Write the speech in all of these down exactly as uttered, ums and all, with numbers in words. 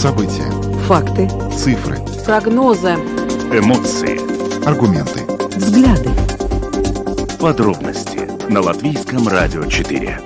События. Факты. Цифры. Прогнозы. Эмоции. Аргументы. Взгляды. Подробности на Латвийском радио четыре.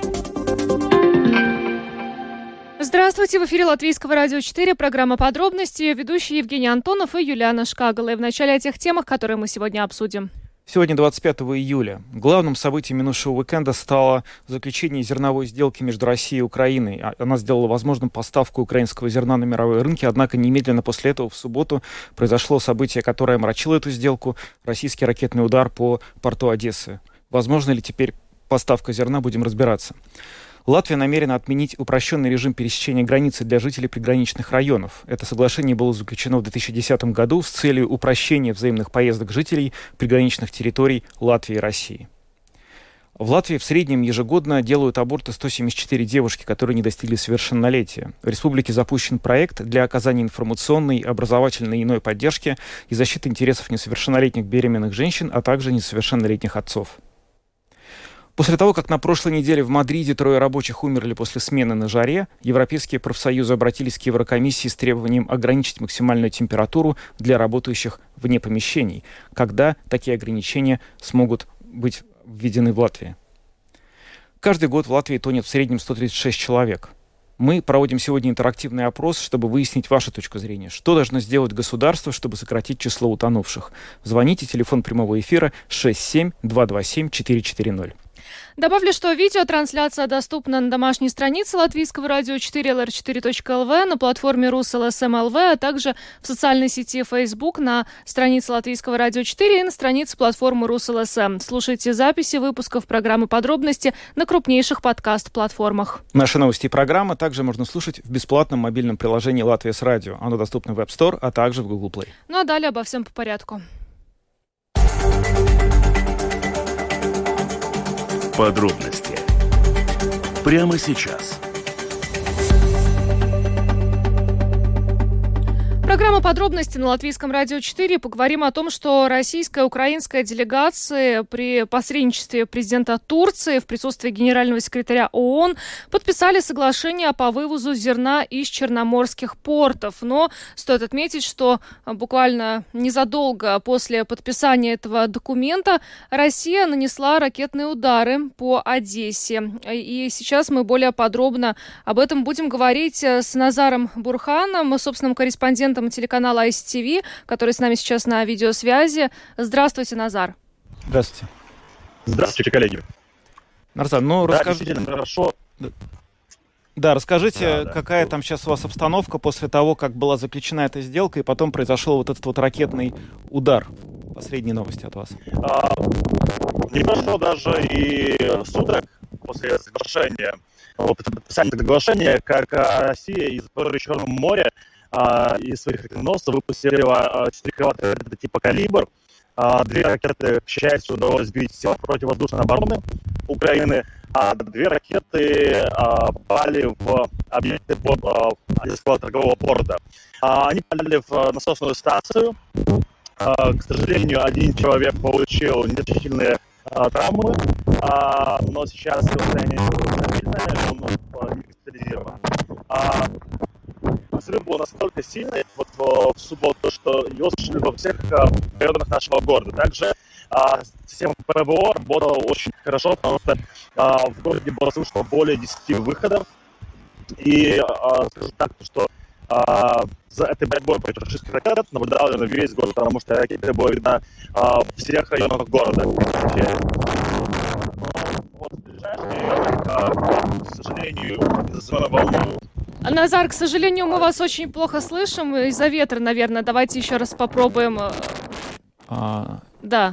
Здравствуйте, в эфире Латвийского радио четыре, программа «Подробности», ее ведущие Евгений Антонов и Юлиана Шкагала. И в начале о тех темах, которые мы сегодня обсудим. Сегодня двадцать пятого июля. Главным событием минувшего уикенда стало заключение зерновой сделки между Россией и Украиной. Она сделала возможным поставку украинского зерна на мировые рынки, однако немедленно после этого в субботу произошло событие, которое омрачило эту сделку — российский ракетный удар по порту Одессы. Возможно ли теперь поставка зерна, будем разбираться. Латвия намерена отменить упрощенный режим пересечения границы для жителей приграничных районов. Это соглашение было заключено в две тысячи десятом году с целью упрощения взаимных поездок жителей приграничных территорий Латвии и России. В Латвии в среднем ежегодно делают аборты сто семьдесят четыре девушки, которые не достигли совершеннолетия. В республике запущен проект для оказания информационной, образовательной и иной поддержки и защиты интересов несовершеннолетних беременных женщин, а также несовершеннолетних отцов. После того, как на прошлой неделе в Мадриде трое рабочих умерли после смены на жаре, европейские профсоюзы обратились к Еврокомиссии с требованием ограничить максимальную температуру для работающих вне помещений. Когда такие ограничения смогут быть введены в Латвии? Каждый год в Латвии тонет в среднем сто тридцать шесть человек. Мы проводим сегодня интерактивный опрос, чтобы выяснить вашу точку зрения. Что должно сделать государство, чтобы сократить число утонувших? Звоните, телефон прямого эфира шесть семь два два семь четыре четыре ноль. Добавлю, что видеотрансляция доступна на домашней странице Латвийского радио четыре эл эр четыре точка эл ви, на платформе РусЛСМ эл ви, а также в социальной сети Facebook, на странице Латвийского радио четыре и на странице платформы РусЛСМ. Слушайте записи выпусков программы «Подробности» на крупнейших подкаст-платформах. Наши новости и программы также можно слушать в бесплатном мобильном приложении «Латвия с радио». Оно доступно в App Store, а также в Google Play. Ну а далее обо всем по порядку. Подробности прямо сейчас. Программа «Подробности» на Латвийском радио четыре. Поговорим о том, что российская и украинская делегации при посредничестве президента Турции в присутствии генерального секретаря ООН подписали соглашение по вывозу зерна из черноморских портов. Но стоит отметить, что буквально незадолго после подписания этого документа Россия нанесла ракетные удары по Одессе. И сейчас мы более подробно об этом будем говорить с Назаром Бурханом, собственным корреспондентом телеканала ай эс ти ви, который с нами сейчас на видеосвязи. Здравствуйте, Назар. Здравствуйте. Здравствуйте, коллеги. Назар, ну да, расскажите... хорошо. Да, расскажите, да, какая да. там сейчас у вас обстановка после того, как была заключена эта сделка, и потом произошел вот этот вот ракетный удар. Последние новости от вас. А, не прошло даже и суток после соглашения, подписания соглашения, как Россия из Черного моря а, из своих ракетоносцев выпустили а, четыре крылатых типа «Калибр». А, две ракеты, к счастью, удалось сбить сил противовоздушной обороны Украины, а две ракеты а, попали в объекты а, Одесского торгового порта. А, они попали в насосную станцию. А, к сожалению, один человек получил незначительные а, травмы, а, но сейчас его состояние стабильное, он не госпитализирован. А, взрыв был настолько сильный вот, в субботу, что его слышали во всех а, районах нашего города. Также а, система ПВО работала очень хорошо, потому что а, в городе было слышно более десяти выходов. И а, скажу так, что а, за этой борьбой против российских ракет наблюдал на весь город, потому что ракеты были видно а, в всех районах города. Вот ближайшие районы, а, к сожалению, из-за волны. Назар, к сожалению, мы вас очень плохо слышим из-за ветра, наверное. Давайте еще раз попробуем. А... Да.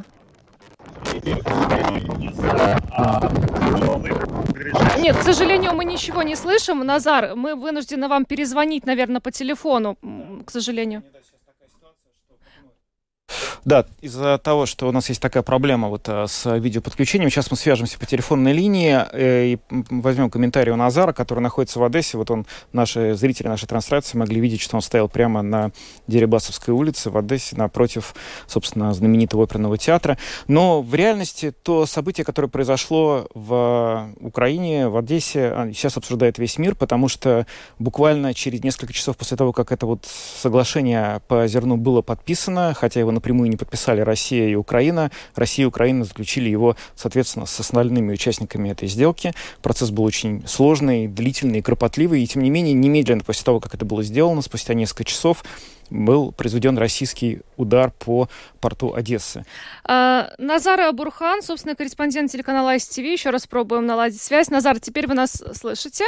Нет, к сожалению, мы ничего не слышим. Назар, мы вынуждены вам перезвонить, наверное, по телефону, к сожалению. Да, из-за того, что у нас есть такая проблема вот с видеоподключением, сейчас мы свяжемся по телефонной линии э, и возьмем комментарий у Назара, который находится в Одессе. Вот он, наши зрители нашей трансляции могли видеть, что он стоял прямо на Дерибасовской улице в Одессе, напротив, собственно, знаменитого оперного театра. Но в реальности то событие, которое произошло в Украине, в Одессе, сейчас обсуждает весь мир, потому что буквально через несколько часов после того, как это вот соглашение по зерну было подписано, хотя его напрямую не подписали Россия и Украина, Россия и Украина заключили его, соответственно, с остальными участниками этой сделки. Процесс был очень сложный, длительный, кропотливый, и тем не менее, немедленно после того, как это было сделано, спустя несколько часов, был произведен российский удар по порту Одессы. А, Назар Бурхан, собственно, корреспондент телеканала ай эс ти ви. Еще раз пробуем наладить связь. Назар, теперь вы нас слышите?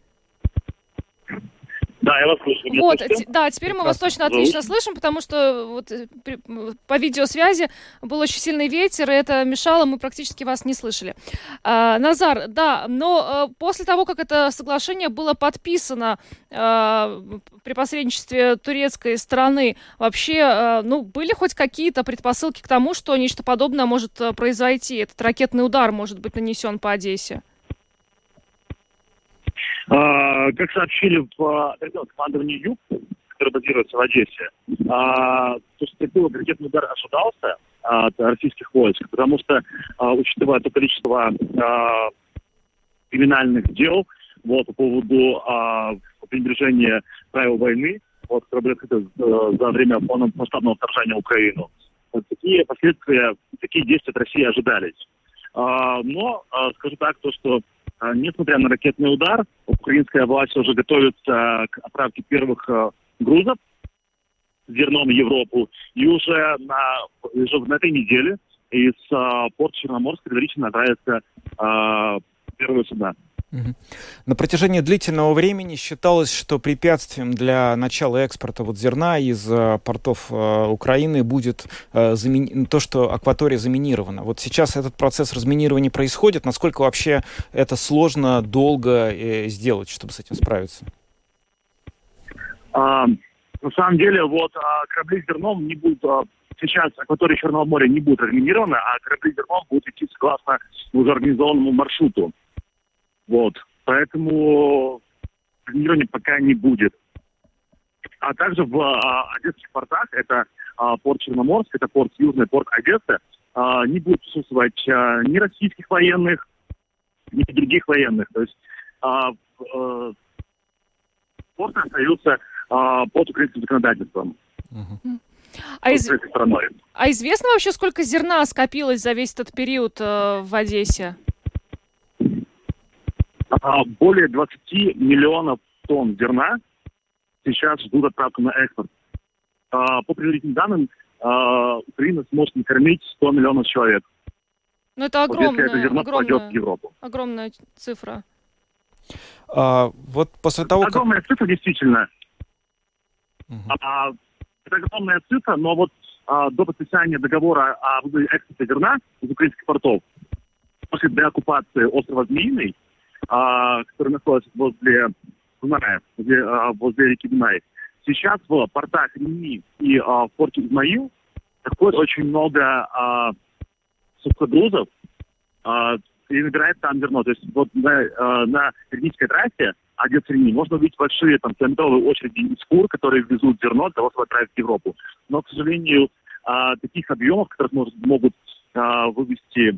Да, я вас слышу. Вот, т- да, теперь мы вас точно отлично слышим, потому что вот при, по видеосвязи был очень сильный ветер, и это мешало, мы практически вас не слышали. А, Назар, да, но а, после того, как это соглашение было подписано а, при посредничестве турецкой стороны, вообще, а, ну, были хоть какие-то предпосылки к тому, что нечто подобное может произойти? Этот ракетный удар может быть нанесен по Одессе? А, как сообщили в командовании ЮК, который базируется в Одессе, а, то, что такой ракетный удар ожидался а, от российских войск, потому что, а, учитывая то количество а, криминальных дел вот, по поводу а, пренебрежения правил войны, вот, которые были открыты за, за время полномасштабного вторжения в Украину, вот, такие последствия, такие действия от России ожидались. А, но, а, скажу так, то, что несмотря на ракетный удар, украинская власть уже готовится к отправке первых э, грузов с зерном в Европу. И уже на, уже на этой неделе из э, порта Черноморска предварительно отправятся э, первые суда. Угу. На протяжении длительного времени считалось, что препятствием для начала экспорта вот зерна из э, портов э, Украины будет э, замини... то, что акватория заминирована. Вот сейчас этот процесс разминирования происходит. Насколько вообще это сложно, долго э, сделать, чтобы с этим справиться? А, на самом деле, вот а, корабли с зерном не будут... А... Сейчас акватория Черного моря не будет разминирована, а корабли с зерном будут идти согласно уже организованному маршруту. Вот, поэтому разминирования пока не будет. А также в а, одесских портах, это а, порт Черноморск, это порт Южный, порт Одесса, а, не будет присутствовать а, ни российских военных, ни других военных. То есть а, а, порты остаются а, под украинским законодательством. Uh-huh. А, из... а известно вообще, сколько зерна скопилось за весь этот период э, в Одессе? Более двадцать миллионов тонн зерна сейчас ждут отправку на экспорт. По предварительным данным, Украина сможет накормить сто миллионов человек. Ну, это огромная, вот, это зерно огромная, пойдет в Европу. Огромная цифра. А, вот после того, огромная как... цифра, действительно. Uh-huh. А, это огромная цифра, но вот а, до подписания договора о экспорте зерна из украинских портов, после деоккупации острова Змеиный, А, который находится возле Дуная, возле, а, возле реки Дунай. Сейчас в портах Рени и а, в порте Измаил находится очень много а, сухогрузов а, и набирает там зерно. То есть вот на, а, на Ренийской трассе Одесса-Рени можно увидеть большие там километровые очереди из фур, которые везут зерно для того, чтобы отправить в Европу. Но, к сожалению, а, таких объемов, которых может, могут а, вывести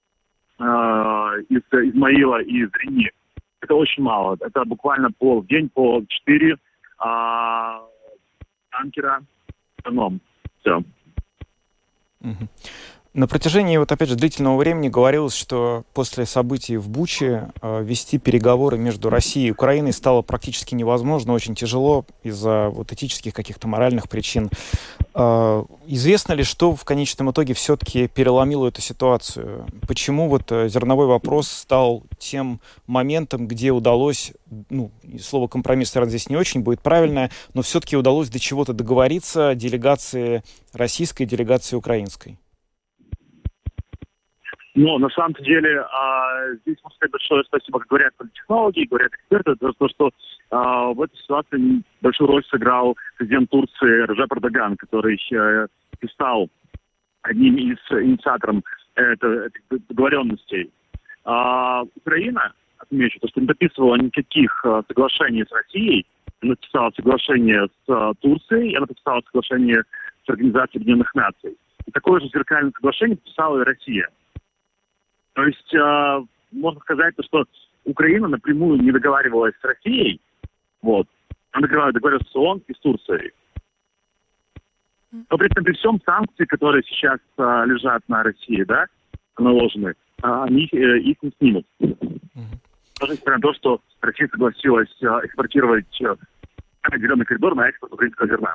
из Измаила и из Рени. Это очень мало. Это буквально по в день по четыре а, танкера эконом. Все. Угу. На протяжении, вот опять же, длительного времени говорилось, что после событий в Буче э, вести переговоры между Россией и Украиной стало практически невозможно, очень тяжело из-за вот этических каких-то моральных причин. Э, известно ли, что в конечном итоге все-таки переломило эту ситуацию? Почему вот зерновой вопрос стал тем моментом, где удалось, ну, слово компромисс, наверное, здесь не очень будет правильное, но все-таки удалось до чего-то договориться делегации российской и делегации украинской? Но на самом деле а, здесь можно сказать большое спасибо, как говорят политтехнологи, говорят эксперты, за то, что а, в этой ситуации большую роль сыграл президент Турции Реджеп Эрдоган, который а, писал одним из инициаторов этих договоренностей. А Украина, отмечу, то, что не подписывала никаких соглашений с Россией, она подписала соглашение с Турцией, она подписала соглашение с Организацией Объединенных Наций. И такое же зеркальное соглашение подписала и Россия. То есть э, можно сказать, что Украина напрямую не договаривалась с Россией, вот, она договаривалась с ООН и с Турцией. Но при этом при всем санкции, которые сейчас э, лежат на России, да, наложены, э, они э, их не снимут. Даже несмотря на то, что Россия согласилась э, экспортировать э, зеленый коридор на экспорт украинского зерна.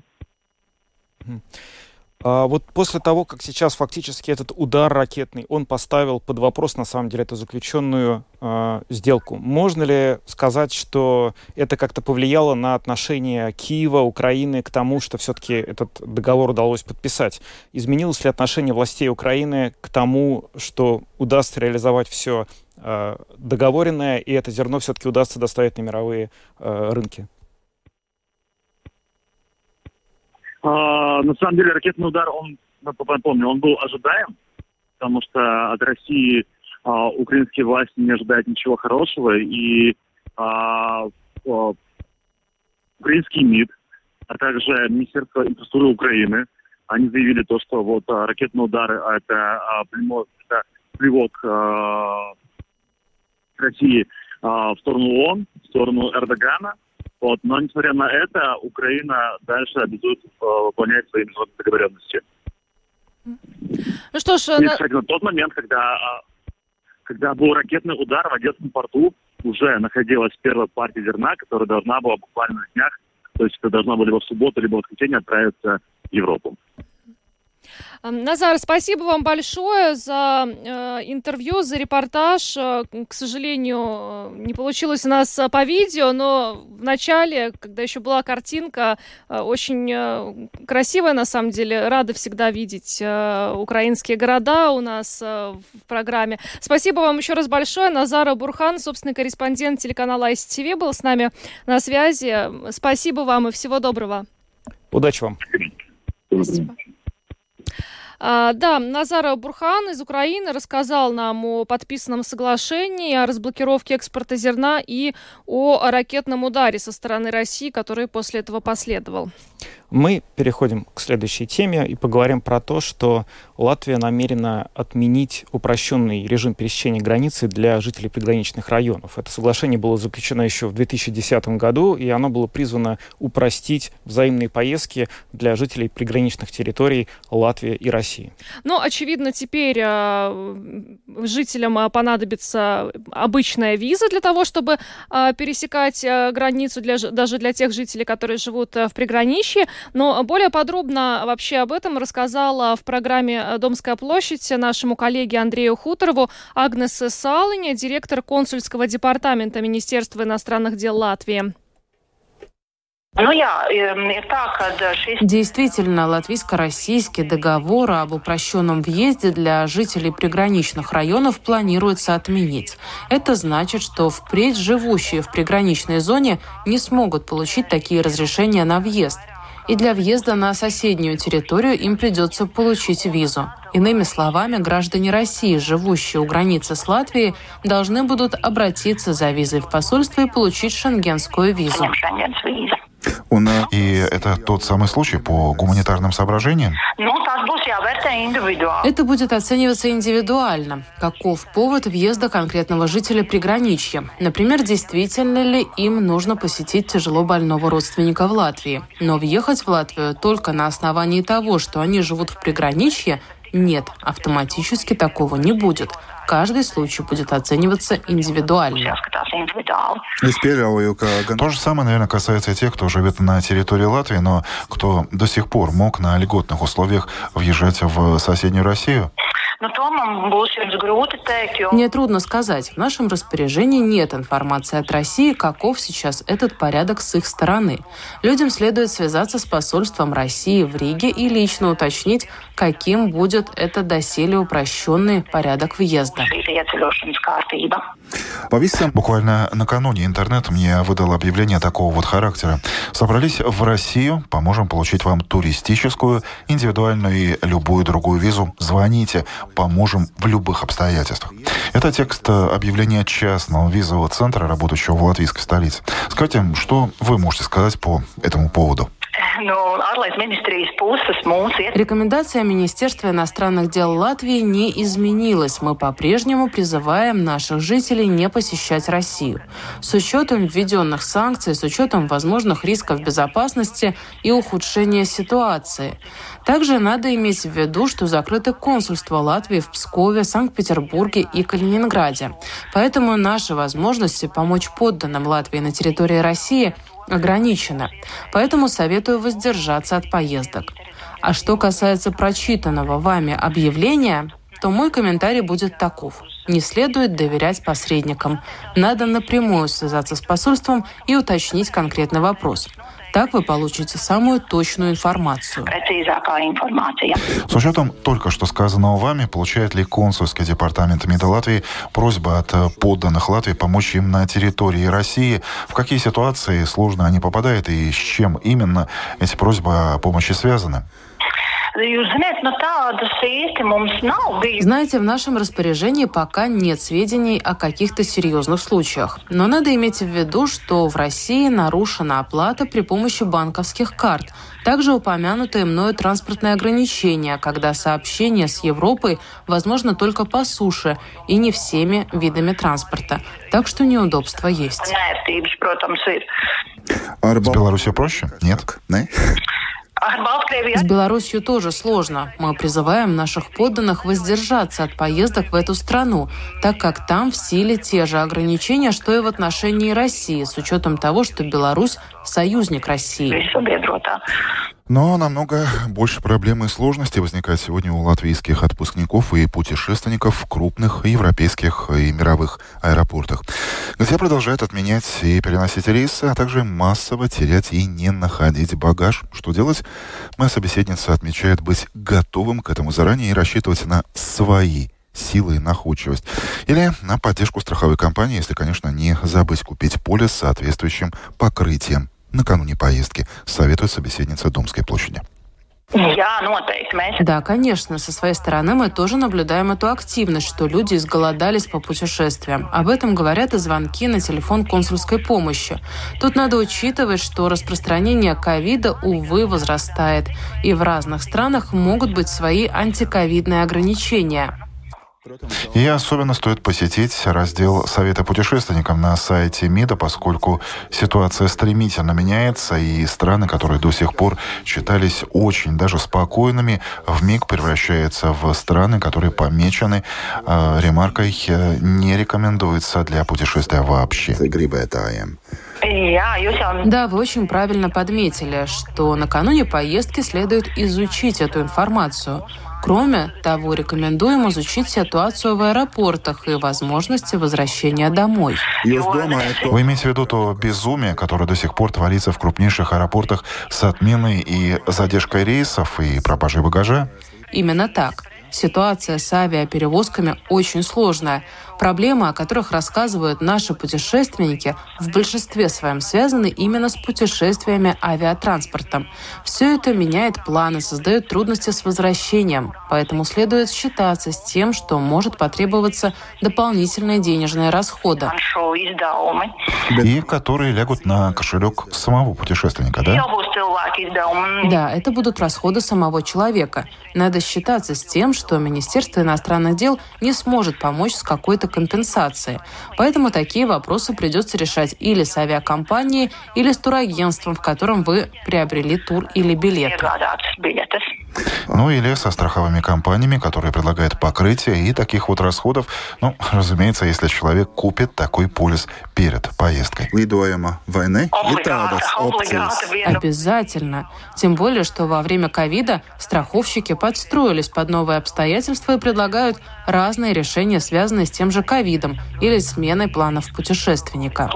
А вот после того, как сейчас фактически этот удар ракетный, он поставил под вопрос, на самом деле, эту заключенную э, сделку. Можно ли сказать, что это как-то повлияло на отношение Киева, Украины к тому, что все-таки этот договор удалось подписать? Изменилось ли отношение властей Украины к тому, что удастся реализовать все э, договоренное, и это зерно все-таки удастся доставить на мировые э, рынки? Uh, на самом деле ракетный удар, он, напомню, он был ожидаем, потому что от России uh, украинские власти не ожидают ничего хорошего, и uh, uh, украинский МИД, а также Министерство инфраструктуры Украины, они заявили то, что вот uh, ракетный удар это, uh, это плевок uh, России uh, в сторону ООН, в сторону Эрдогана. Вот. Но, несмотря на это, Украина дальше обязует э, выполнять свои международные договоренности. Ну что ж... И, на... кстати, на тот момент, когда, когда был ракетный удар в Одесском порту, уже находилась первая партия зерна, которая должна была буквально на днях, то есть это должна была либо в субботу, либо в воскресенье отправиться в Европу. Назар, спасибо вам большое за э, интервью, за репортаж. Э, к сожалению, не получилось у нас по видео, но в начале, когда еще была картинка, э, очень э, красивая, на самом деле. Рада всегда видеть э, украинские города у нас э, в программе. Спасибо вам еще раз большое. Назар Бурхан, собственный корреспондент телеканала ай си ти ви, был с нами на связи. Спасибо вам и всего доброго. Удачи вам. Спасибо. А, да, Назар Бурхан из Украины рассказал нам о подписанном соглашении, о разблокировке экспорта зерна и о ракетном ударе со стороны России, который после этого последовал. Мы переходим к следующей теме и поговорим про то, что Латвия намерена отменить упрощенный режим пересечения границы для жителей приграничных районов. Это соглашение было заключено еще в две тысячи десятом году, и оно было призвано упростить взаимные поездки для жителей приграничных территорий Латвии и России. Ну, очевидно, теперь э, жителям понадобится обычная виза для того, чтобы э, пересекать э, границу, для, даже для тех жителей, которые живут э, в приграничье. Но более подробно вообще об этом рассказала в программе «Домская площадь» нашему коллеге Андрею Хуторову Агнес Салыня, директор консульского департамента Министерства иностранных дел Латвии. Действительно, латвийско-российский договор об упрощенном въезде для жителей приграничных районов планируется отменить. Это значит, что впредь живущие в приграничной зоне не смогут получить такие разрешения на въезд. И для въезда на соседнюю территорию им придется получить визу. Иными словами, граждане России, живущие у границы с Латвией, должны будут обратиться за визой в посольство и получить шенгенскую визу. И это тот самый случай по гуманитарным соображениям? Это будет оцениваться индивидуально. Каков повод въезда конкретного жителя приграничья? Например, действительно ли им нужно посетить тяжело больного родственника в Латвии? Но въехать в Латвию только на основании того, что они живут в приграничье, нет, автоматически такого не будет. Каждый случай будет оцениваться индивидуально. То же самое, наверное, касается и тех, кто живет на территории Латвии, но кто до сих пор мог на льготных условиях въезжать в соседнюю Россию. Мне трудно сказать. В нашем распоряжении нет информации от России, каков сейчас этот порядок с их стороны. Людям следует связаться с посольством России в Риге и лично уточнить, каким будет этот доселе упрощенный порядок въезда. Буквально накануне интернет мне выдал объявление такого вот характера. Собрались в Россию, поможем получить вам туристическую, индивидуальную и любую другую визу. Звоните, поможем в любых обстоятельствах. Это текст объявления частного визового центра, работающего в латвийской столице. Скажите, что вы можете сказать по этому поводу? Рекомендация Министерства иностранных дел Латвии не изменилась. Мы по-прежнему призываем наших жителей не посещать Россию. С учетом введенных санкций, с учетом возможных рисков безопасности и ухудшения ситуации. Также надо иметь в виду, что закрыты консульства Латвии в Пскове, Санкт-Петербурге и Калининграде. Поэтому наши возможности помочь подданным Латвии на территории России ограничено. Поэтому советую воздержаться от поездок. А что касается прочитанного вами объявления, то мой комментарий будет таков. Не следует доверять посредникам. Надо напрямую связаться с посольством и уточнить конкретный вопрос. Так вы получите самую точную информацию. С учетом только что сказанного вами, получает ли консульский департамент МИДа Латвии просьбу от подданных Латвии помочь им на территории России? В какие ситуации сложно они попадают и с чем именно эти просьбы о помощи связаны? Знаете, в нашем распоряжении пока нет сведений о каких-то серьезных случаях. Но надо иметь в виду, что в России нарушена оплата при помощи банковских карт. Также упомянутые мною транспортные ограничения, когда сообщение с Европой возможно только по суше и не всеми видами транспорта. Так что неудобства есть. С Беларусью проще? Нет? С Беларусью тоже сложно. Мы призываем наших подданных воздержаться от поездок в эту страну, так как там в силе те же ограничения, что и в отношении России, с учетом того, что Беларусь – союзник России. Но намного больше проблем и сложностей возникает сегодня у латвийских отпускников и путешественников в крупных европейских и мировых аэропортах, где продолжают отменять и переносить рейсы, а также массово терять и не находить багаж. Что делать? Моя собеседница отмечает быть готовым к этому заранее и рассчитывать на свои силы и находчивость. Или на поддержку страховой компании, если, конечно, не забыть купить полис с соответствующим покрытием накануне поездки, советует собеседница Домской площади. Да, конечно. Со своей стороны мы тоже наблюдаем эту активность, что люди изголодались по путешествиям. Об этом говорят и звонки на телефон консульской помощи. Тут надо учитывать, что распространение ковида, увы, возрастает. И в разных странах могут быть свои антиковидные ограничения. И особенно стоит посетить раздел «Советы путешественникам» на сайте МИДа, поскольку ситуация стремительно меняется, и страны, которые до сих пор считались очень даже спокойными, вмиг превращаются в страны, которые помечены э, ремаркой «не рекомендуется для путешествия вообще». Да, вы очень правильно подметили, что накануне поездки следует изучить эту информацию. Кроме того, рекомендуем изучить ситуацию в аэропортах и возможности возвращения домой. Вы имеете в виду то безумие, которое до сих пор творится в крупнейших аэропортах с отменой и задержкой рейсов и пропажей багажа? Именно так. Ситуация с авиаперевозками очень сложная. Проблемы, о которых рассказывают наши путешественники, в большинстве своем связаны именно с путешествиями авиатранспортом. Все это меняет планы, создает трудности с возвращением. Поэтому следует считаться с тем, что может потребоваться дополнительные денежные расходы. И которые лягут на кошелек самого путешественника, да? Да, это будут расходы самого человека. Надо считаться с тем, что Министерство иностранных дел не сможет помочь с какой-то какой-то компенсации. Поэтому такие вопросы придется решать или с авиакомпанией, или с турагентством, в котором вы приобрели тур или билеты. Ну или со страховыми компаниями, которые предлагают покрытие и таких вот расходов. Ну, разумеется, если человек купит такой полис перед поездкой. Лидуема войны и тадас опции. Обязательно. Тем более, что во время ковида страховщики подстроились под новые обстоятельства и предлагают разные решения, связанные с тем же ковидом или сменой планов путешественника.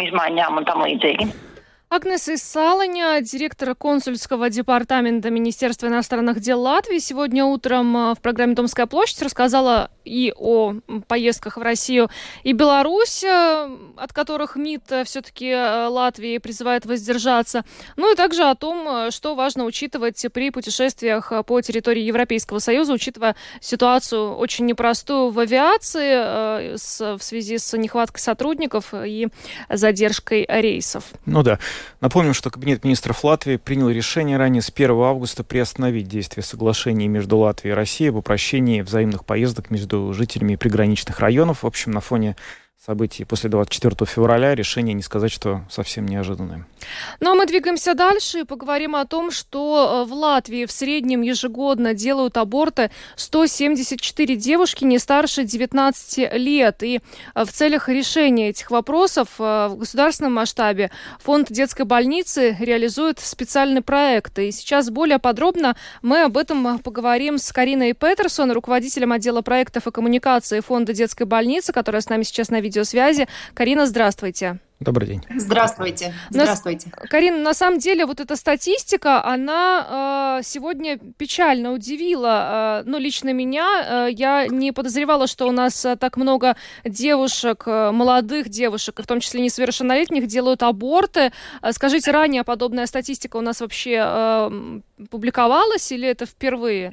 Агнес Исаланя, директор консульского департамента Министерства иностранных дел Латвии, сегодня утром в программе «Домская площадь» рассказала и о поездках в Россию и Беларусь, от которых МИД все-таки Латвии призывает воздержаться, ну и также о том, что важно учитывать при путешествиях по территории Европейского Союза, учитывая ситуацию очень непростую в авиации в связи с нехваткой сотрудников и задержкой рейсов. Ну да. Напомним, что Кабинет министров Латвии принял решение ранее с первого августа приостановить действие соглашений между Латвией и Россией об упрощении взаимных поездок между жителями приграничных районов. В общем, на фоне событий после двадцать четвёртого февраля решение, не сказать, что совсем неожиданное. Ну а мы двигаемся дальше и поговорим о том, что в Латвии в среднем ежегодно делают аборты сто семьдесят четыре девушки не старше девятнадцати лет. И в целях решения этих вопросов в государственном масштабе фонд детской больницы реализует специальный проект. И сейчас более подробно мы об этом поговорим с Кариной Петерсон, руководителем отдела проектов и коммуникации фонда детской больницы, которая с нами сейчас на видеосвязи. Карина, здравствуйте. Добрый день. Здравствуйте. Здравствуйте. На... Карина, на самом деле вот эта статистика, она э, сегодня печально удивила, э, ну, лично меня. Э, я не подозревала, что у нас э, так много девушек, э, молодых девушек, в том числе несовершеннолетних, делают аборты. Э, скажите, ранее подобная статистика у нас вообще э, публиковалась или это впервые?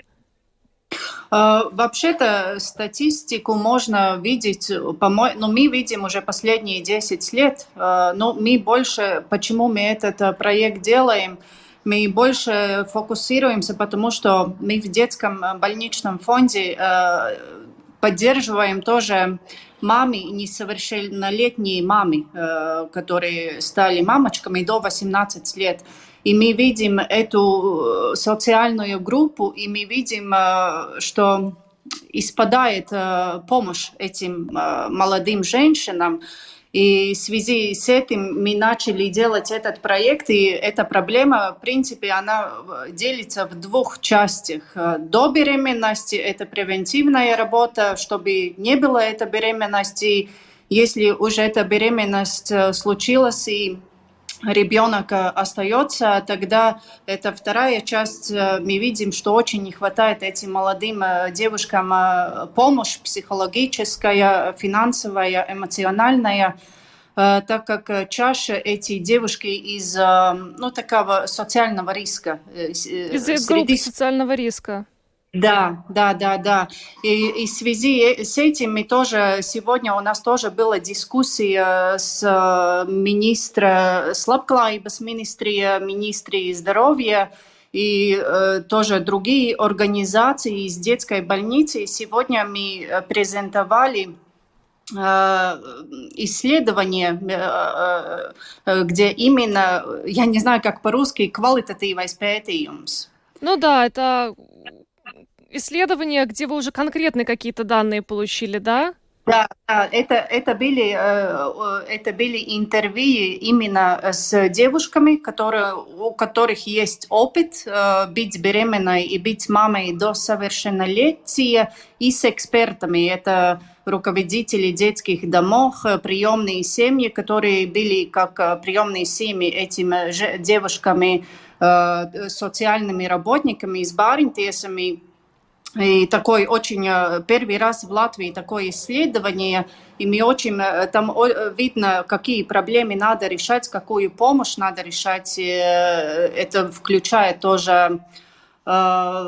Вообще-то статистику можно видеть, по-моему, ну, мы видим уже последние десять лет, но мы больше, почему мы этот проект делаем, мы больше фокусируемся, потому что мы в детском больничном фонде поддерживаем тоже мамы, несовершеннолетние мамы, которые стали мамочками до восемнадцати лет. И мы видим эту социальную группу, и мы видим, что испадает помощь этим молодым женщинам. И в связи с этим мы начали делать этот проект, и эта проблема, в принципе, она делится в двух частях. До беременности – это превентивная работа, чтобы не было этой беременности. Если уже эта беременность случилась, и ребенок остается, тогда это вторая часть. Мы видим, что очень не хватает этим молодым девушкам помощь психологическая, финансовая, эмоциональная, так как чаще эти девушки из, ну, такого социального риска. Из среди... группы социального риска. Да, да, да, да. И, и в связи с этим мы тоже сегодня у нас тоже была дискуссия с министром Слабклājības министрия, министром здоровья и э, тоже другие организации из детской больницы. Сегодня мы презентовали э, исследование, э, э, где именно, я не знаю, как по-русски, квалитативais pētījums. Ну да, это исследования, где вы уже конкретные какие-то данные получили, да? Да, да, это, это, были, это были интервью именно с девушками, которые, у которых есть опыт быть беременной и быть мамой до совершеннолетия, и с экспертами. Это руководители детских домов, приемные семьи, которые были как приемные семьи этими девушками, социальными работниками, с баринтесами. И такой очень первый раз в Латвии такое исследование, и мы очень там видно, какие проблемы надо решать, какую помощь надо решать. Это включает тоже э,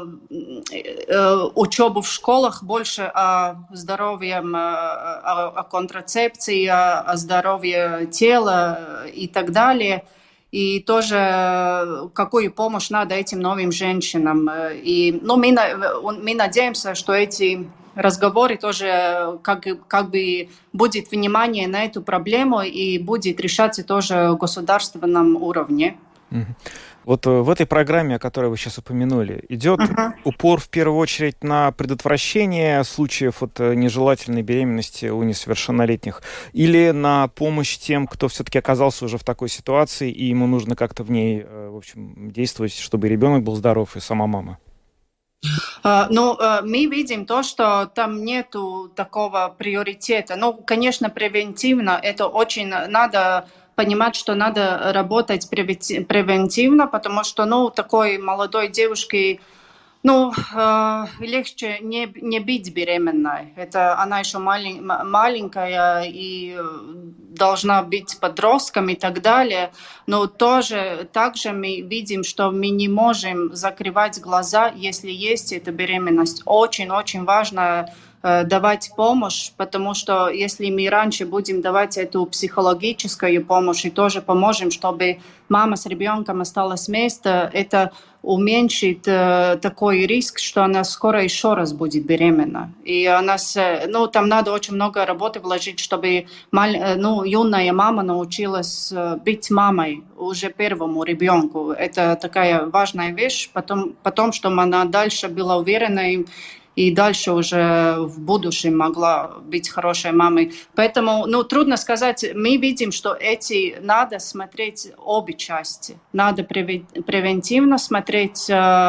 учебу в школах, больше о здоровье, о, о контрацепции, о, о здоровье тела и так далее. И тоже какую помощь надо этим новым женщинам. И, ну, мы, мы надеемся, что эти разговоры тоже, как, как бы будет внимание на эту проблему и будет решаться тоже на государственном уровне. Вот в этой программе, о которой вы сейчас упомянули, идет uh-huh. упор в первую очередь на предотвращение случаев вот нежелательной беременности у несовершеннолетних или на помощь тем, кто все-таки оказался уже в такой ситуации, и ему нужно как-то в ней, в общем, действовать, чтобы ребенок был здоров и сама мама? Uh, ну, uh, мы видим то, что там нету такого приоритета. Ну, конечно, превентивно это очень надо понимать, что надо работать превентивно, потому что, ну, такой молодой девушке, ну, э, легче не, не быть беременной. Это она еще малень, маленькая и должна быть подростком и так далее. Но тоже также мы видим, что мы не можем закрывать глаза, если есть эта беременность. Очень-очень важно давать помощь, потому что если мы раньше будем давать эту психологическую помощь и тоже поможем, чтобы мама с ребенком осталась вместе, это уменьшит э, такой риск, что она скоро еще раз будет беременна. И она, ну, там надо очень много работы вложить, чтобы маль, ну, юная мама научилась быть мамой уже первому ребенку. Это такая важная вещь, потом, потом чтобы она дальше была уверена и и дальше уже в будущем могла быть хорошей мамой. Поэтому, ну, трудно сказать. Мы видим, что эти надо смотреть обе части. Надо превентивно смотреть,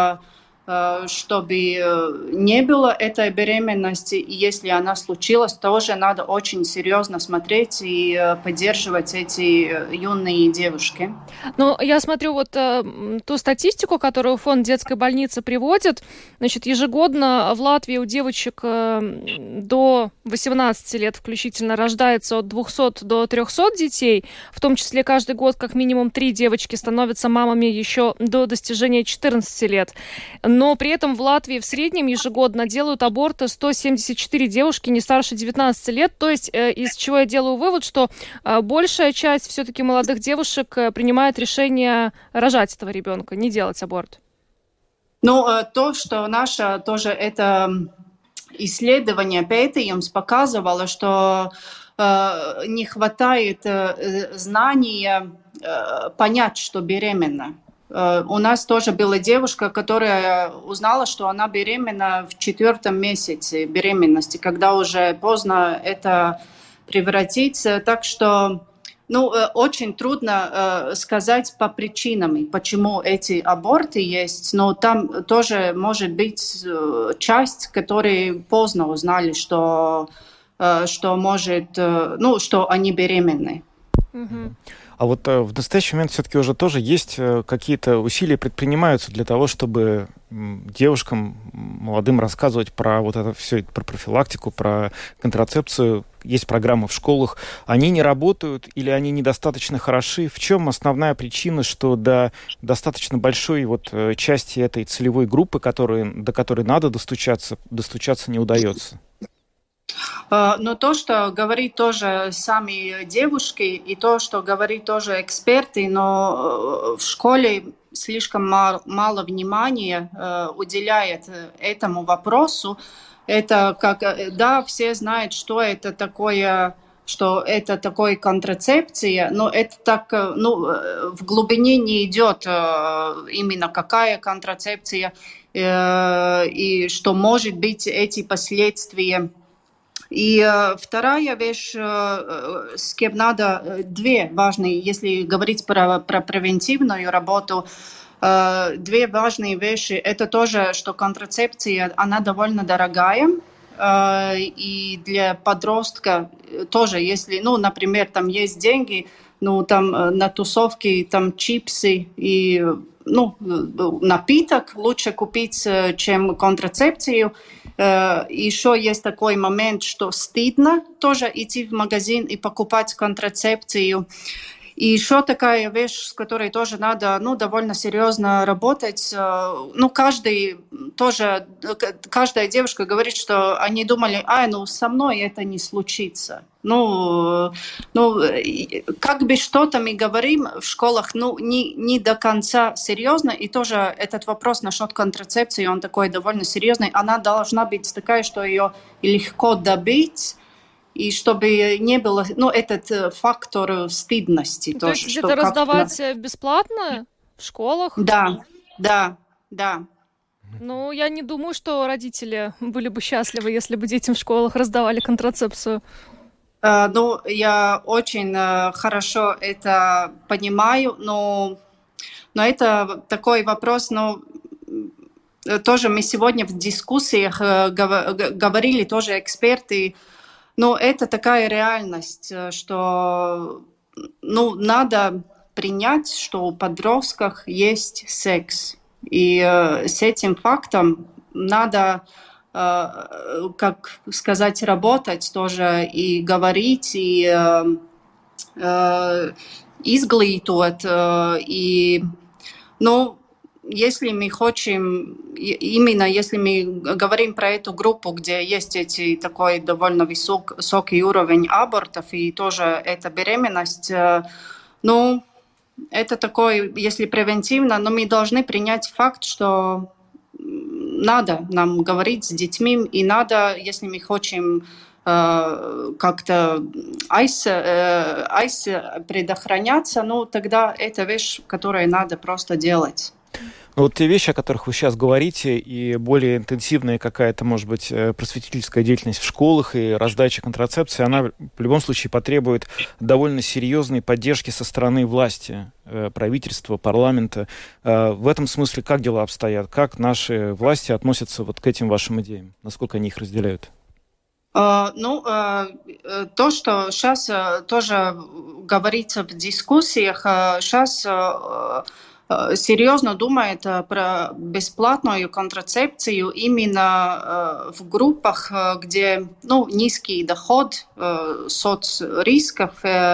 чтобы не было этой беременности. И если она случилась, тоже надо очень серьезно смотреть и поддерживать эти юные девушки. Ну, я смотрю вот э, ту статистику, которую фонд детской больницы приводит. Значит, ежегодно в Латвии у девочек э, до восемнадцати лет включительно рождается от двухсот до трехсот детей. В том числе каждый год как минимум три девочки становятся мамами еще до достижения четырнадцати лет. Но при этом в Латвии в среднем ежегодно делают аборты сто семьдесят четыре девушки не старше девятнадцати лет. То есть э, из чего я делаю вывод, что э, большая часть все-таки молодых девушек э, принимает решение рожать этого ребенка, не делать аборт. Ну, э, то, что наше тоже это исследование Pētījums показывало, что э, не хватает э, знания э, понять, что беременна. У нас тоже была девушка, которая узнала, что она беременна в четвертом месяце беременности, когда уже поздно это превратится. Так что, ну, очень трудно сказать по причинам, почему эти аборты есть, но там тоже может быть часть, которые поздно узнали, что, что может, ну, что они беременны. Mm-hmm. А вот э, в настоящий момент все-таки уже тоже есть э, какие-то усилия предпринимаются для того, чтобы м, девушкам, молодым рассказывать про вот это все, про профилактику, про контрацепцию. Есть программы в школах. Они не работают или они недостаточно хороши? В чем основная причина, что до достаточно большой вот э, части этой целевой группы, которые, до которой надо достучаться, достучаться не удается? Но то, что говорит тоже сами девушки, и то, что говорит тоже эксперты, но в школе слишком мало, мало внимания уделяет этому вопросу. Это как, да, все знают, что это такое, что это такое контрацепция, но это так, ну, в глубине не идет именно какая контрацепция, и что может быть эти последствия. И э, вторая вещь, э, с кем надо, две важные, если говорить про, про превентивную работу, э, две важные вещи. Это тоже, что контрацепция, она довольно дорогая, э, и для подростка тоже, если, ну, например, там есть деньги, ну, там на тусовке, там чипсы и, ну, напиток лучше купить, чем контрацепцию. Еще есть такой момент, что стыдно тоже идти в магазин и покупать контрацепцию. И еще такая вещь, с которой тоже надо, ну, довольно серьезно работать. Ну, каждый тоже, каждая девушка говорит, что они думали, а, ну, со мной это не случится. Ну, ну, как бы что-то мы говорим в школах, ну, не, не до конца серьезно. И тоже этот вопрос насчет контрацепции, он такой довольно серьезный. Она должна быть такая, что ее легко добить, и чтобы не было, ну, этот фактор стыдности. То тоже, есть где-то раздавать бесплатно в школах? Да, да, да. Ну, я не думаю, что родители были бы счастливы, если бы детям в школах раздавали контрацепцию. Uh, ну, я очень uh, хорошо это понимаю, но, но это такой вопрос, ну, тоже мы сегодня в дискуссиях uh, гов- говорили, тоже эксперты, но это такая реальность, что, ну, надо принять, что у подростков есть секс. И uh, с этим фактом надо, uh, как сказать, работать тоже и говорить, и uh, uh, изглитывать. Uh, и, ну, если мы хотим, именно если мы говорим про эту группу, где есть эти, такой довольно высок, высокий уровень абортов и тоже эта беременность, ну, это такое, если превентивно, но мы должны принять факт, что надо нам говорить с детьми, и надо, если мы хотим э, как-то айс, э, айс предохраняться, ну, тогда это вещь, которую надо просто делать. Ну, вот те вещи, о которых вы сейчас говорите, и более интенсивная какая-то, может быть, просветительская деятельность в школах и раздача контрацепции, она в любом случае потребует довольно серьезной поддержки со стороны власти, правительства, парламента. В этом смысле как дела обстоят? Как наши власти относятся вот к этим вашим идеям? Насколько они их разделяют? Uh, ну, uh, то, что сейчас uh, тоже говорится в дискуссиях, uh, сейчас uh, серьезно думает про бесплатную контрацепцию именно в группах, где, ну, низкий доход, соцрисков,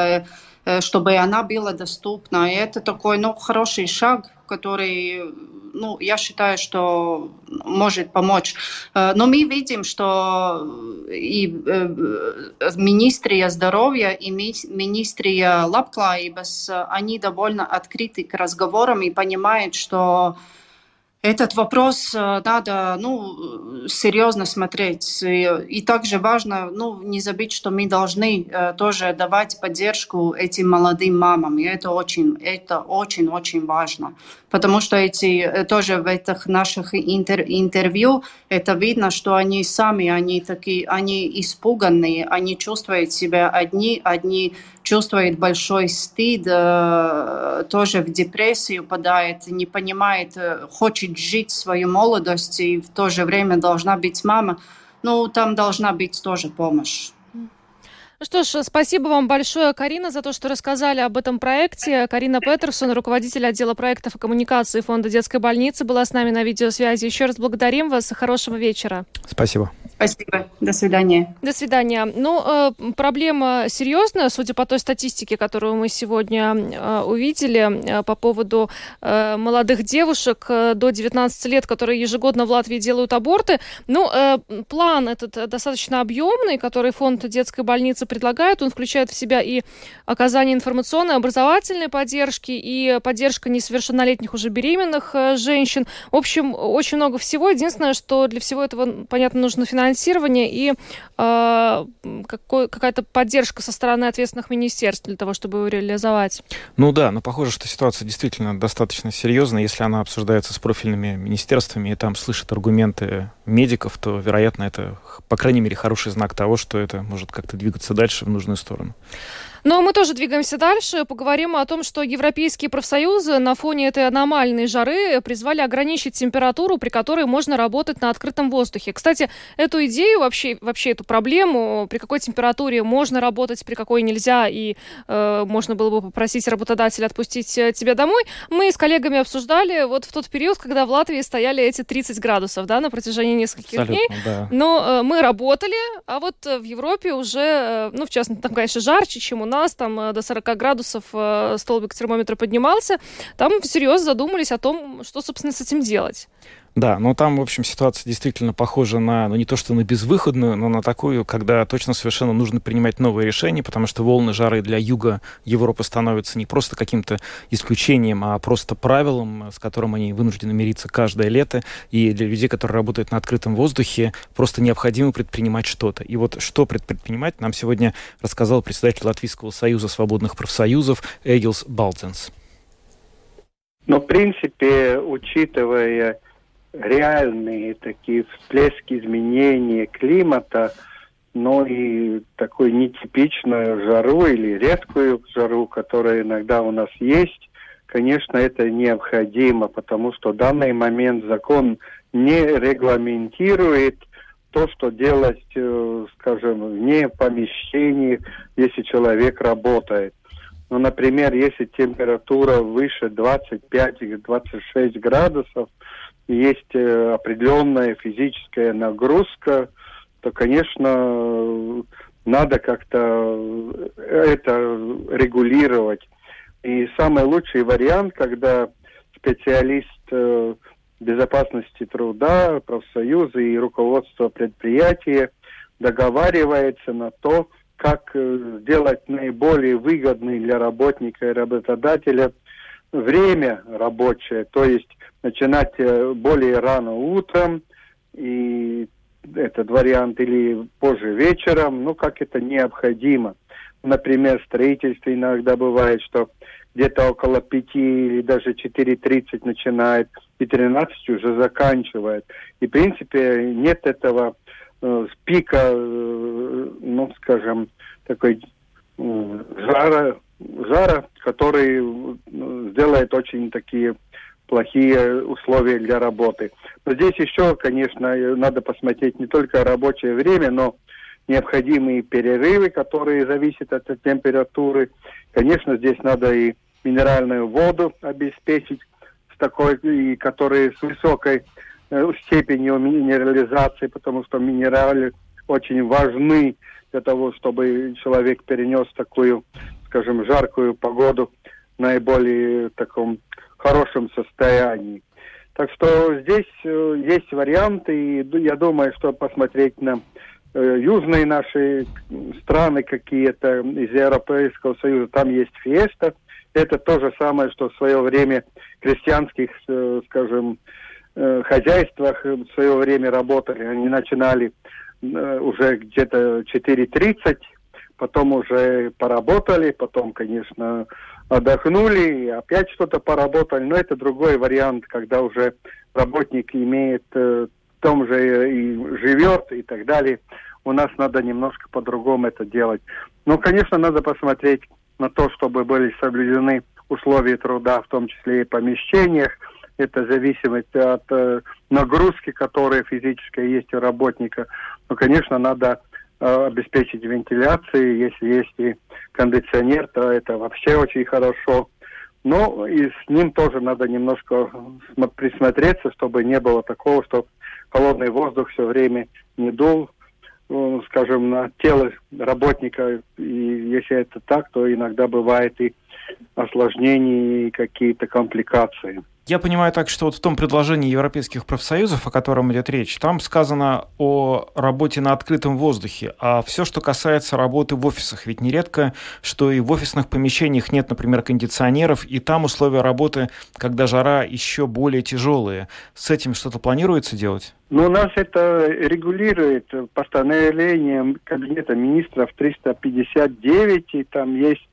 чтобы она была доступна. И это такой, ну, хороший шаг, который, ну, я считаю, что может помочь. Но мы видим, что и министрия здоровья, и министрия лабклājības, они довольно открыты к разговорам и понимают, что этот вопрос надо, ну, серьезно смотреть. И, и также важно, ну, не забыть, что мы должны э, тоже давать поддержку этим молодым мамам. И это очень, это очень-очень важно. Потому что эти, тоже в этих наших интер, интервью это видно, что они сами, они такие, они испуганные, они чувствуют себя одни, одни чувствуют большой стыд, э, тоже в депрессию падает, не понимает, э, хочет жить свою молодость, и в то же время должна быть мама. Ну, там должна быть тоже помощь. Ну что ж, спасибо вам большое, Карина, за то, что рассказали об этом проекте. Карина Петерсон, руководитель отдела проектов и коммуникации Фонда детской больницы, была с нами на видеосвязи. Еще раз благодарим вас и хорошего вечера. Спасибо. Спасибо. До свидания. До свидания. Ну, э, проблема серьезная, судя по той статистике, которую мы сегодня э, увидели э, по поводу э, молодых девушек э, до девятнадцати лет, которые ежегодно в Латвии делают аборты. Ну, э, план этот достаточно объемный, который Фонд детской больницы предлагает. Он включает в себя и оказание информационной, образовательной поддержки, и поддержка несовершеннолетних уже беременных э, женщин. В общем, очень много всего. Единственное, что для всего этого, понятно, нужно финансирование и э, какой, какая-то поддержка со стороны ответственных министерств для того, чтобы его реализовать. Ну да, но похоже, что ситуация действительно достаточно серьезная. Если она обсуждается с профильными министерствами и там слышат аргументы медиков, то, вероятно, это, по крайней мере, хороший знак того, что это может как-то двигаться дальше в нужную сторону. Ну, а мы тоже двигаемся дальше. Поговорим о том, что европейские профсоюзы на фоне этой аномальной жары призвали ограничить температуру, при которой можно работать на открытом воздухе. Кстати, эту идею, вообще, вообще эту проблему, при какой температуре можно работать, при какой нельзя, и э, можно было бы попросить работодателя отпустить тебя домой, мы с коллегами обсуждали вот в тот период, когда в Латвии стояли эти тридцать градусов, да, на протяжении нескольких Абсолютно, дней. Да. Но э, мы работали, а вот в Европе уже, э, ну, в частности, там, конечно, жарче, чем у нас, нас, там до сорок градусов столбик термометра поднимался, там всерьез задумались о том, что, собственно, с этим делать. Да, но там, в общем, ситуация действительно похожа на, ну, не то что на безвыходную, но на такую, когда точно совершенно нужно принимать новые решения, потому что волны жары для юга Европы становятся не просто каким-то исключением, а просто правилом, с которым они вынуждены мириться каждое лето. И для людей, которые работают на открытом воздухе, просто необходимо предпринимать что-то. И вот что предпринимать, нам сегодня рассказал председатель Латвийского союза свободных профсоюзов Эгилс Балдзенс. Ну, в принципе, учитывая реальные такие всплески изменения климата, но и такую нетипичную жару или редкую жару, которая иногда у нас есть, конечно, это необходимо, потому что в данный момент закон не регламентирует то, что делать, скажем, вне помещений, если человек работает. Ну, например, если температура выше двадцать пять - двадцать шесть градусов, есть определенная физическая нагрузка, то, конечно, надо как-то это регулировать. И самый лучший вариант, когда специалист безопасности труда, профсоюза и руководство предприятия договаривается на то, как сделать наиболее выгодный для работника и работодателя время рабочее, то есть начинать более рано утром, и этот вариант, или позже вечером, ну, как это необходимо. Например, в строительстве иногда бывает, что где-то около пяти или даже четыре тридцать начинает, и тринадцать уже заканчивает. И, в принципе, нет этого э, пика, э, ну, скажем, такой э, жара, жара, который сделает очень такие плохие условия для работы. Но здесь еще, конечно, надо посмотреть не только рабочее время, но необходимые перерывы, которые зависят от температуры. Конечно, здесь надо и минеральную воду обеспечить, с такой, и которые с высокой э, степенью минерализации, потому что минералы очень важны для того, чтобы человек перенес такую, скажем, жаркую погоду в наиболее таком хорошем состоянии. Так что здесь э, есть варианты, и я думаю, что посмотреть на э, южные наши страны какие-то из Европейского Союза, там есть фиеста. Это то же самое, что в свое время в крестьянских, э, скажем, э, хозяйствах в свое время работали. Они начинали э, уже где-то четыре тридцать, потом уже поработали, потом, конечно, отдохнули, и опять что-то поработали. Но это другой вариант, когда уже работник имеет э, в том же и живет и так далее. У нас надо немножко по-другому это делать. Но, конечно, надо посмотреть на то, чтобы были соблюдены условия труда, в том числе и в помещениях. Это зависимость от э, нагрузки, которая физическая есть у работника. Но, конечно, надо э, обеспечить вентиляцию. Если есть и кондиционер, то это вообще очень хорошо. Но и с ним тоже надо немножко присмотреться, чтобы не было такого, что холодный воздух все время не дул, скажем, на тело работника. И если это так, то иногда бывает и осложнения, и какие-то компликации. Я понимаю так, что вот в том предложении европейских профсоюзов, о котором идет речь, там сказано о работе на открытом воздухе, а все, что касается работы в офисах, ведь нередко, что и в офисных помещениях нет, например, кондиционеров, и там условия работы, когда жара еще более тяжелые. С этим что-то планируется делать? Ну, у нас это регулирует постановлением Кабинета министров триста пятьдесят девять, и там есть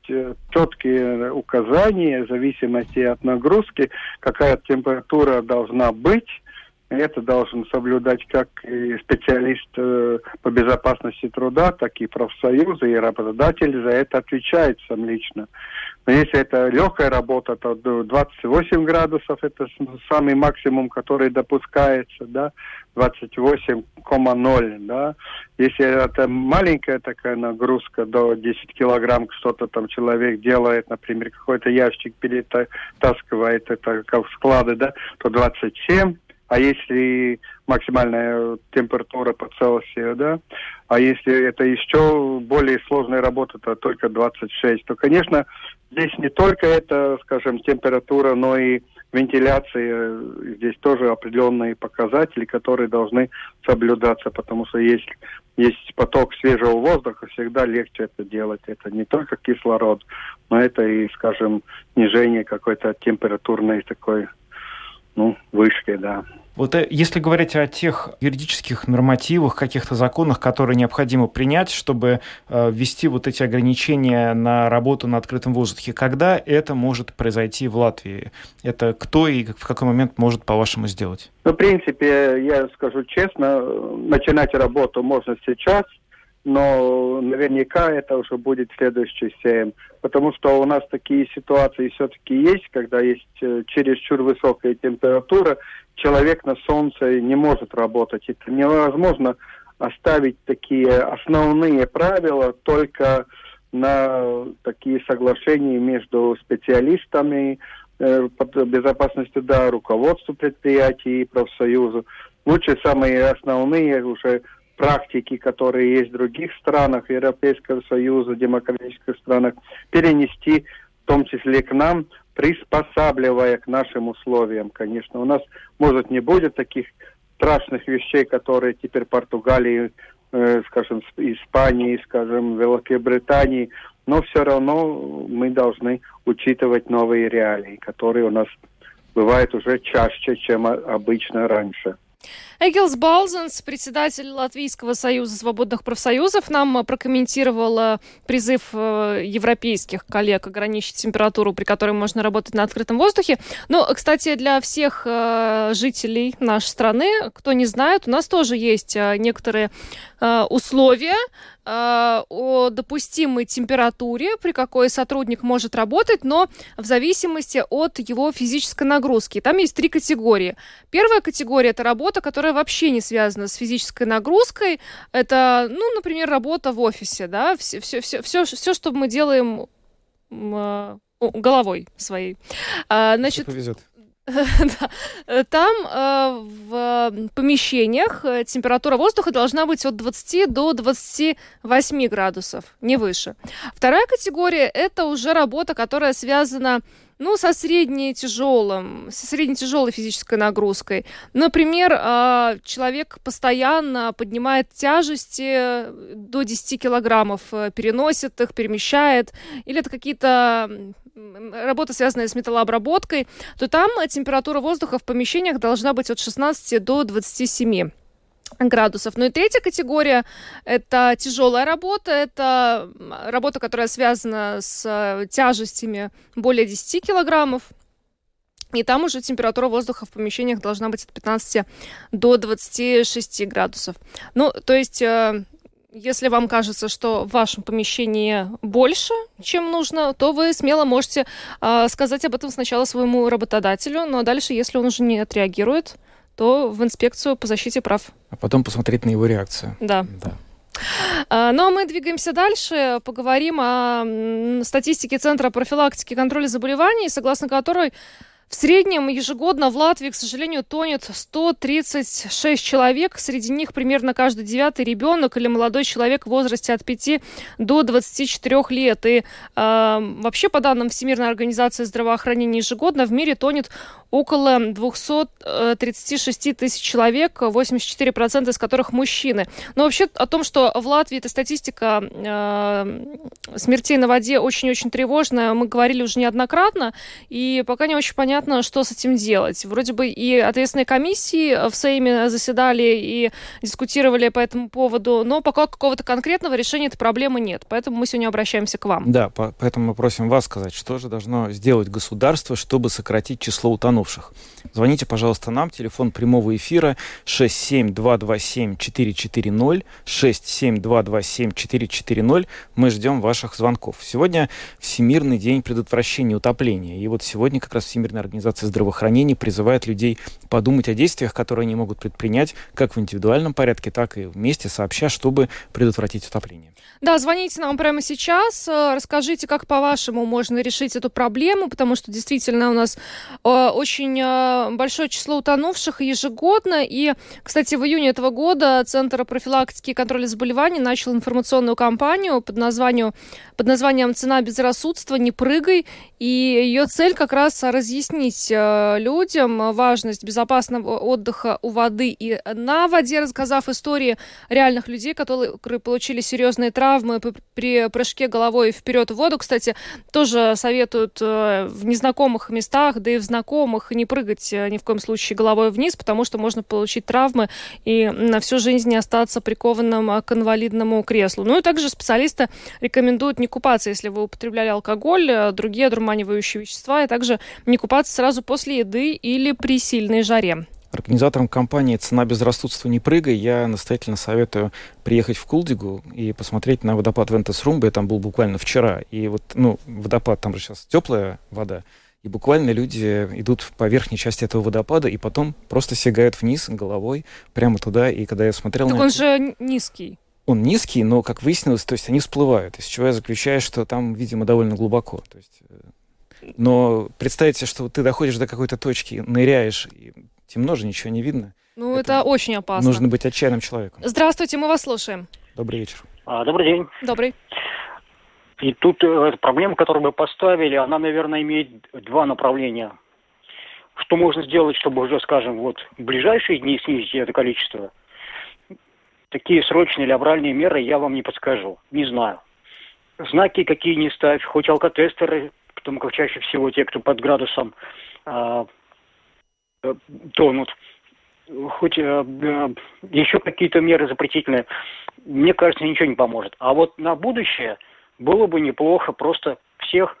четкие указания в зависимости от нагрузки, какая температура должна быть. Это должен соблюдать как и специалист по безопасности труда, так и профсоюзы, и работодатель за это отвечает сам лично. Но если это легкая работа, то двадцать восемь градусов – это самый максимум, который допускается, да, двадцать восемь целых ноль, да. Если это маленькая такая нагрузка, до десяти килограмм что-то там человек делает, например, какой-то ящик перетаскивает, это как склады, да, то двадцать семь. а если максимальная температура по Цельсию, да, а если это еще более сложная работа, то только двадцать шесть, то, конечно, здесь не только это, скажем, температура, но и вентиляция, здесь тоже определенные показатели, которые должны соблюдаться, потому что если есть поток свежего воздуха, всегда легче это делать. Это не только кислород, но это и, скажем, снижение какой-то температурной такой, ну, вышки, да. Вот если говорить о тех юридических нормативах, каких-то законах, которые необходимо принять, чтобы э, ввести вот эти ограничения на работу на открытом воздухе, когда это может произойти в Латвии? Это кто и в какой момент может, по-вашему, сделать? Ну, в принципе, я скажу честно, начинать работу можно сейчас, но наверняка это уже будет следующий семь, потому что у нас такие ситуации все-таки есть, когда есть чересчур высокая температура, человек на солнце не может работать. Это невозможно оставить такие основные правила только на такие соглашения между специалистами э, по безопасности, да, руководству предприятий и профсоюзу. Лучше самые основные уже практики, которые есть в других странах, Европейского Союза, демократических странах, перенести, в том числе к нам, приспосабливая к нашим условиям, конечно. У нас, может, не будет таких страшных вещей, которые теперь в Португалии, э, скажем, Испании, скажем, Великобритании, но все равно мы должны учитывать новые реалии, которые у нас бывают уже чаще, чем обычно раньше. Эгилс Балзенс, председатель Латвийского союза свободных профсоюзов, нам прокомментировал призыв европейских коллег ограничить температуру, при которой можно работать на открытом воздухе. Но, кстати, для всех жителей нашей страны, кто не знает, у нас тоже есть некоторые условия о допустимой температуре, при какой сотрудник может работать, но в зависимости от его физической нагрузки. Там есть три категории. Первая категория – это работа, которая вообще не связана с физической нагрузкой. Это, ну, например, работа в офисе, да, все, все, все, все, все что мы делаем э, головой своей. А, значит, повезет. Там э, в помещениях температура воздуха должна быть от двадцати до двадцати восьми градусов, не выше. Вторая категория – это уже работа, которая связана, ну, со средне-тяжелым, со средне-тяжелой физической нагрузкой. Например, э, человек постоянно поднимает тяжести до десяти килограммов, переносит их, перемещает, или это какие-то работа, связанная с металлообработкой, то там температура воздуха в помещениях должна быть от шестнадцати до двадцати семи градусов. Ну и третья категория – это тяжелая работа, это работа, которая связана с тяжестями более десяти килограммов. И там уже температура воздуха в помещениях должна быть от пятнадцати до двадцати шести градусов. Ну, то есть, если вам кажется, что в вашем помещении больше, чем нужно, то вы смело можете сказать об этом сначала своему работодателю, но дальше, если он уже не отреагирует, то в инспекцию по защите прав. А потом посмотреть на его реакцию. Да. да. Ну а мы двигаемся дальше, поговорим о статистике Центра профилактики и контроля заболеваний, согласно которой в среднем ежегодно в Латвии, к сожалению, тонет сто тридцать шесть человек. Среди них примерно каждый девятый ребенок или молодой человек в возрасте от пяти до двадцати четырёх лет. И э, вообще, по данным Всемирной организации здравоохранения, ежегодно в мире тонет около двести тридцать шесть тысяч человек, восемьдесят четыре процента из которых мужчины. Но вообще о том, что в Латвии эта статистика э, смертей на воде очень-очень тревожная, мы говорили уже неоднократно, и пока не очень понятно, что с этим делать. Вроде бы и ответственные комиссии в Сейме заседали и дискутировали по этому поводу, но пока какого-то конкретного решения этой проблемы нет. Поэтому мы сегодня обращаемся к вам. Да, по- поэтому мы просим вас сказать, что же должно сделать государство, чтобы сократить число утонувших. Звоните, пожалуйста, нам. Телефон прямого эфира шесть семь два два семь четыре четыре ноль, шесть семь два два семь четыре четыре ноль. Мы ждем ваших звонков. Сегодня Всемирный день предотвращения утопления. И вот сегодня как раз Всемирная организация организации здравоохранения призывают людей подумать о действиях, которые они могут предпринять как в индивидуальном порядке, так и вместе сообща, чтобы предотвратить утопление. Да, звоните нам прямо сейчас, расскажите, как по-вашему можно решить эту проблему, потому что действительно у нас э, очень э, большое число утонувших ежегодно. И, кстати, в июне этого года Центр профилактики и контроля заболеваний начал информационную кампанию под, названием, под названием «Цена безрассудства. Не прыгай». И ее цель как раз разъяснить э, людям важность безопасного отдыха у воды и на воде, рассказав истории реальных людей, которые получили серьезные травмы при прыжке головой вперед в воду. Кстати, тоже советуют в незнакомых местах, да и в знакомых, не прыгать ни в коем случае головой вниз, потому что можно получить травмы и на всю жизнь не остаться прикованным к инвалидному креслу. Ну и также специалисты рекомендуют не купаться, если вы употребляли алкоголь, другие одурманивающие вещества, и также не купаться сразу после еды или при сильной жаре. Организаторам кампании «Цена безрассудства. Не прыгай» я настоятельно советую приехать в Кулдигу и посмотреть на водопад Вентес-Румбе. Я там был буквально вчера. И вот, ну, водопад, там же сейчас теплая вода. И буквально люди идут по верхней части этого водопада и потом просто сигают вниз головой прямо туда. И когда я смотрел так на он это... же низкий. Он низкий, но, как выяснилось, то есть они всплывают. Из чего я заключаю, что там, видимо, довольно глубоко. То есть... Но представьте, что ты доходишь до какой-то точки, ныряешь, и темно же, ничего не видно. Ну, это, это очень опасно. Нужно быть отчаянным человеком. Здравствуйте, мы вас слушаем. Добрый вечер. А, добрый день. Добрый. И тут э, проблема, которую мы поставили, она, наверное, имеет два направления. Что можно сделать, чтобы уже, скажем, вот в ближайшие дни снизить это количество? Такие срочные или авральные меры я вам не подскажу. Не знаю. Знаки какие не ставь, хоть алкотестеры, потому как чаще всего те, кто под градусом э, э, тонут, хоть э, э, еще какие-то меры запретительные, мне кажется, ничего не поможет. А вот на будущее было бы неплохо просто всех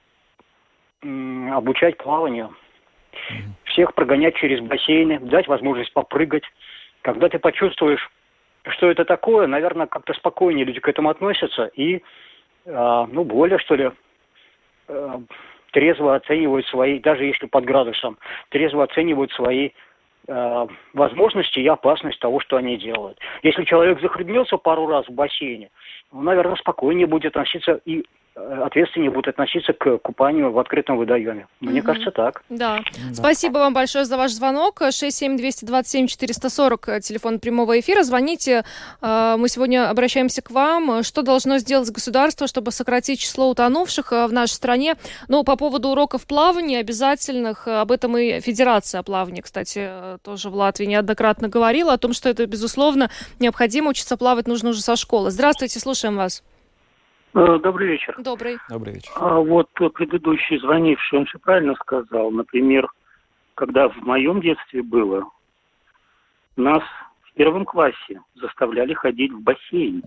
м, обучать плаванию, всех прогонять через бассейны, дать возможность попрыгать. Когда ты почувствуешь, что это такое, наверное, как-то спокойнее люди к этому относятся и, э, ну, более, что ли, э, трезво оценивают свои, даже если под градусом, трезво оценивают свои э, возможности и опасность того, что они делают. Если человек захлебнется пару раз в бассейне, он, наверное, спокойнее будет относиться и ответственнее будут относиться к купанию в открытом водоеме. Мне угу. кажется, так. Да. да. Спасибо вам большое за ваш звонок. шесть семь двести двадцать семь четыреста сорок, телефон прямого эфира. Звоните. Мы сегодня обращаемся к вам. Что должно сделать государство, чтобы сократить число утонувших в нашей стране? Ну, по поводу уроков плавания обязательных, об этом и Федерация плавания, кстати, тоже в Латвии неоднократно говорила, о том, что это, безусловно, необходимо. Учиться плавать нужно уже со школы. Здравствуйте, слушаем вас. Добрый вечер. Добрый. Добрый вечер. А вот предыдущий звонивший, он все правильно сказал. Например, когда в моем детстве было, нас в первом классе заставляли ходить в бассейн.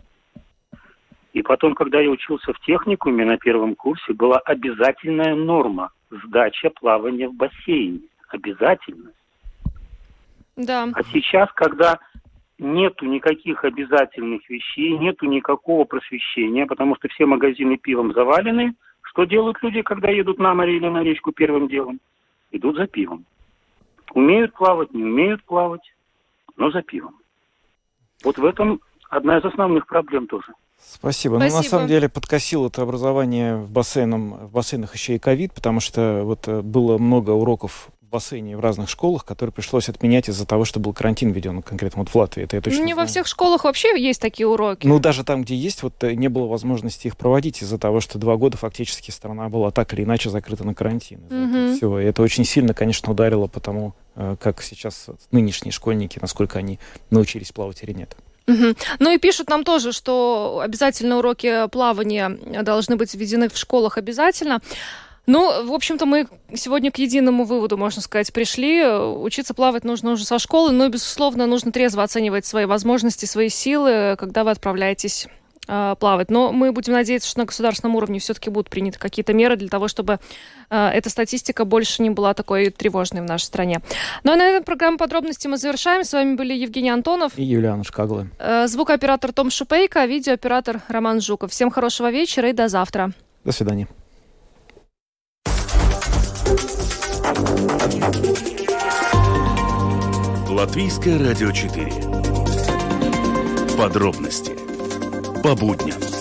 И потом, когда я учился в техникуме на первом курсе, была обязательная норма сдача плавания в бассейне. Обязательно. Да. А сейчас, когда нету никаких обязательных вещей, нету никакого просвещения, потому что все магазины пивом завалены. Что делают люди, когда едут на море или на речку первым делом? Идут за пивом. Умеют плавать, не умеют плавать, но за пивом. Вот в этом одна из основных проблем тоже. Спасибо. Спасибо. Ну, на самом деле, подкосил это образование в, бассейном, в бассейнах еще и ковид, потому что вот было много уроков в бассейне в разных школах, которые пришлось отменять из-за того, что был карантин введен, конкретно вот в Латвии. Это я точно не знаю. Во всех школах вообще есть такие уроки. Ну, даже там, где есть, вот не было возможности их проводить из-за того, что два года фактически страна была так или иначе закрыта на карантин. Mm-hmm. Всего. И это очень сильно, конечно, ударило по тому, как сейчас нынешние школьники, насколько они научились плавать или нет. Угу. Ну и пишут нам тоже, что обязательно уроки плавания должны быть введены в школах обязательно. Ну, в общем-то, мы сегодня к единому выводу, можно сказать, пришли. Учиться плавать нужно уже со школы, но, безусловно, нужно трезво оценивать свои возможности, свои силы, когда вы отправляетесь э, плавать. Но мы будем надеяться, что на государственном уровне все-таки будут приняты какие-то меры для того, чтобы э, эта статистика больше не была такой тревожной в нашей стране. Ну а на этом программу «Подробности» мы завершаем. С вами были Евгений Антонов и Юлиана Шкагла. Э, звукооператор Том Шупейко, видеооператор Роман Жуков. Всем хорошего вечера и до завтра. До свидания. Латвийское радио четыре. Подробности по будням.